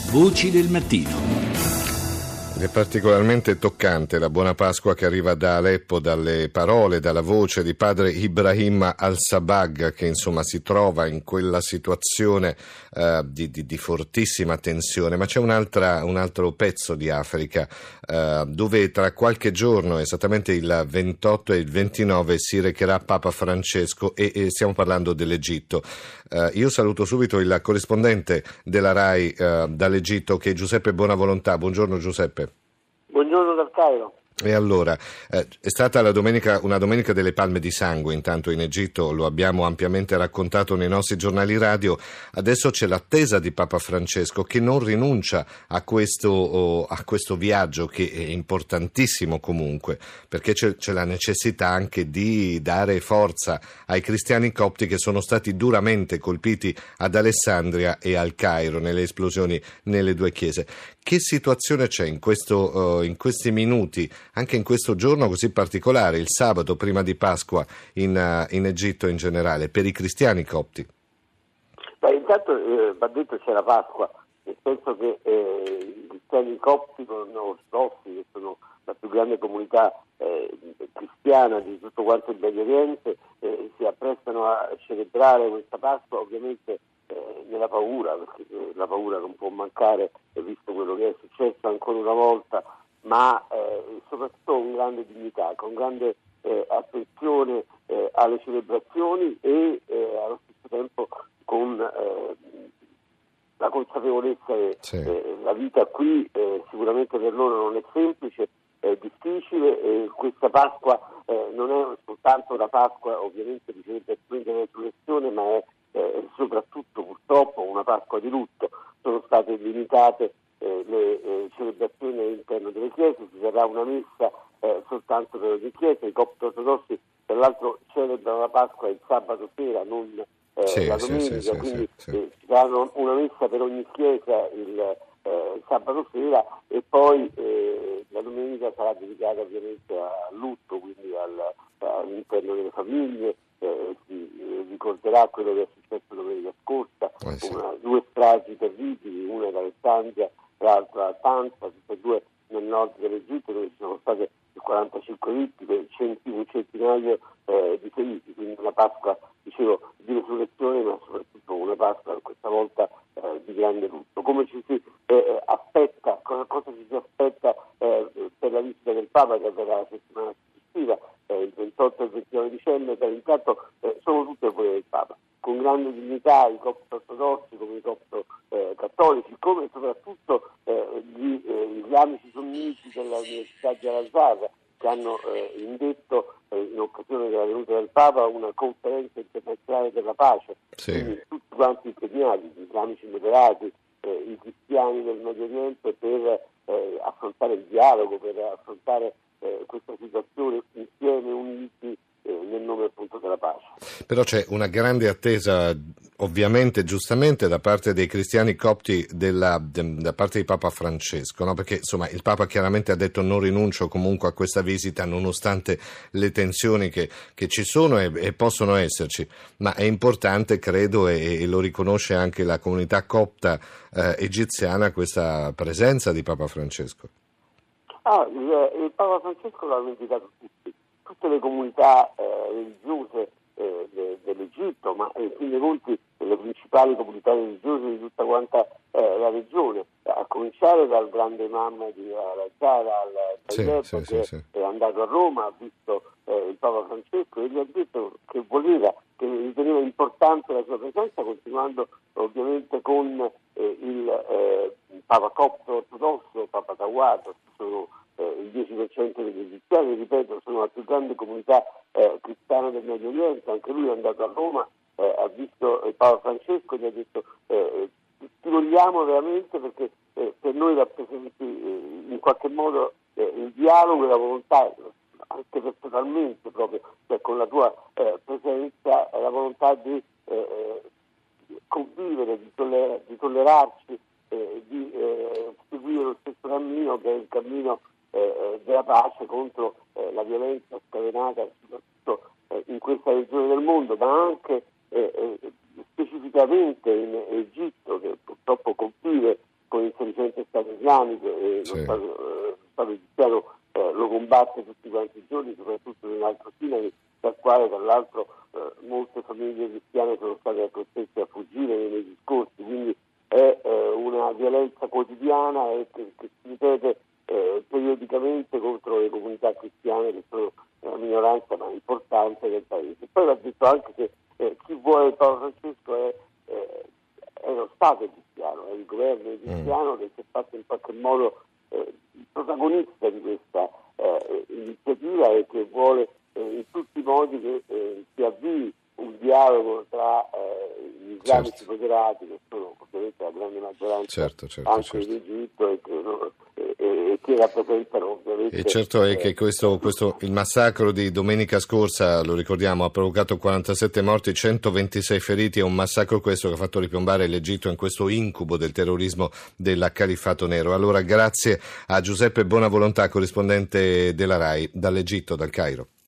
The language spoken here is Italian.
Voci del mattino. È particolarmente toccante la buona Pasqua che arriva da Aleppo, dalle parole, dalla voce di padre Ibrahim al-Sabag, che insomma si trova in quella situazione di fortissima tensione. Ma c'è un altro pezzo di Africa dove tra qualche giorno, esattamente il 28 e il 29, si recherà Papa Francesco e stiamo parlando dell'Egitto. Io saluto subito il corrispondente della RAI dall'Egitto, che è Giuseppe Buonavolontà. Buongiorno Giuseppe. Buongiorno dal Cairo. E allora, è stata una domenica delle palme di sangue, intanto in Egitto, lo abbiamo ampiamente raccontato nei nostri giornali radio. Adesso c'è l'attesa di Papa Francesco, che non rinuncia a questo viaggio, che è importantissimo comunque, perché c'è la necessità anche di dare forza ai cristiani copti che sono stati duramente colpiti ad Alessandria e al Cairo nelle esplosioni nelle due chiese. Che situazione c'è in questi minuti, anche in questo giorno così particolare, il sabato prima di Pasqua in Egitto in generale, per i cristiani copti? Beh, intanto va detto c'è la Pasqua, nel senso che i cristiani copti ortodossi, che sono la più grande comunità cristiana di tutto quanto il Medio Oriente, si apprestano a celebrare questa Pasqua ovviamente nella paura, perché la paura non può mancare, visto quello che è successo ancora una volta, ma soprattutto con grande dignità, con grande attenzione alle celebrazioni e allo stesso tempo con la consapevolezza che la vita qui sicuramente per loro non è semplice, è difficile, e questa Pasqua non è soltanto una Pasqua ovviamente di celebrazione della resurrezione, ma è soprattutto purtroppo una Pasqua di lutto. Sono state limitate le celebrazioni all'interno delle chiese, ci sarà una messa soltanto per ogni chiesa. I copti ortodossi tra l'altro celebrano la Pasqua il sabato sera, non la domenica, quindi ci sarà una messa per ogni chiesa il sabato sera, e poi la domenica sarà dedicata ovviamente al lutto, quindi all'interno delle famiglie. Si ricorderà quello che è successo domenica scorsa, due stragi terribili, una ad Alessandria, l'altra a Tanza, tutte e due nel nord dell'Egitto, dove ci sono state 45 vittime, un centinaio di feriti, quindi una Pasqua, dicevo, di resurrezione, ma soprattutto una Pasqua questa volta di grande lutto. Come ci si aspetta, cosa ci si aspetta per la visita del Papa, che avverrà la settimana successiva, il 28 e il 29 dicembre, intanto sono tutte quelle del Papa, con grande dignità, i copti ortodossi come i copti cattolici, come soprattutto gli islamici sunniti dell'Università di Al-Azhar, che hanno indetto in occasione della venuta del Papa una conferenza internazionale per la pace. Quindi tutti quanti impegnati, gli islamici moderati, i cristiani del Medio Oriente, per affrontare il dialogo, per affrontare questa situazione insieme, uniti nel nome appunto della pace. Però c'è una grande attesa, ovviamente giustamente, da parte dei cristiani copti da parte di Papa Francesco, no? Perché insomma il Papa chiaramente ha detto: non rinuncio comunque a questa visita nonostante le tensioni che ci sono e possono esserci, ma è importante, credo, e lo riconosce anche la comunità copta egiziana, questa presenza di Papa Francesco. Il Papa Francesco l'hanno invitato tutte le comunità religiose dell'Egitto, ma in fin dei conti le principali comunità religiose di tutta quanta la regione, a cominciare dal grande imam di Al-Azhar, al-Tayyeb, che è andato a Roma, ha visto il Papa Francesco e gli ha detto che riteneva importante la sua presenza, continuando ovviamente con il Papa copto ortodosso, Papa Tawad. Sono il 10% degli egiziani, ripeto, sono la più grande comunità cristiana del Medio Oriente. Anche lui è andato a Roma, ha visto il Papa Francesco e gli ha detto: ti vogliamo veramente, perché per noi rappresenti in qualche modo il dialogo e la volontà, anche personalmente proprio, cioè con la tua presenza, la volontà di convivere, di tollerarci, di seguire lo stesso cammino, che è il cammino della pace contro la violenza scatenata soprattutto in questa regione del mondo, ma anche specificamente in Egitto, che purtroppo convive con il presente Stato islamico e sì. lo Stato egiziano lo combatte tutti quanti i giorni, soprattutto nell'Alto Sinai, dal quale tra l'altro molte famiglie cristiane sono state costrette a fuggire nei mesi scorsi, quindi è una violenza quotidiana e che si ripete periodicamente contro le comunità cristiane, che sono una minoranza ma importante del paese. Poi va detto anche che chi vuole Papa Francesco è lo Stato egiziano, è il governo egiziano che si è fatto in qualche modo protagonista di questa iniziativa e che vuole in tutti i modi che si avvii un dialogo tra gli islamici moderati, che sono ovviamente la grande maggioranza anche in Egitto e che rappresentano ovviamente. E certo è che questo il massacro di domenica scorsa, lo ricordiamo, ha provocato 47 morti, 126 feriti, è un massacro questo che ha fatto ripiombare l'Egitto in questo incubo del terrorismo del Califfato Nero. Allora grazie a Giuseppe Bonavolontà, corrispondente della RAI dall'Egitto, dal Cairo.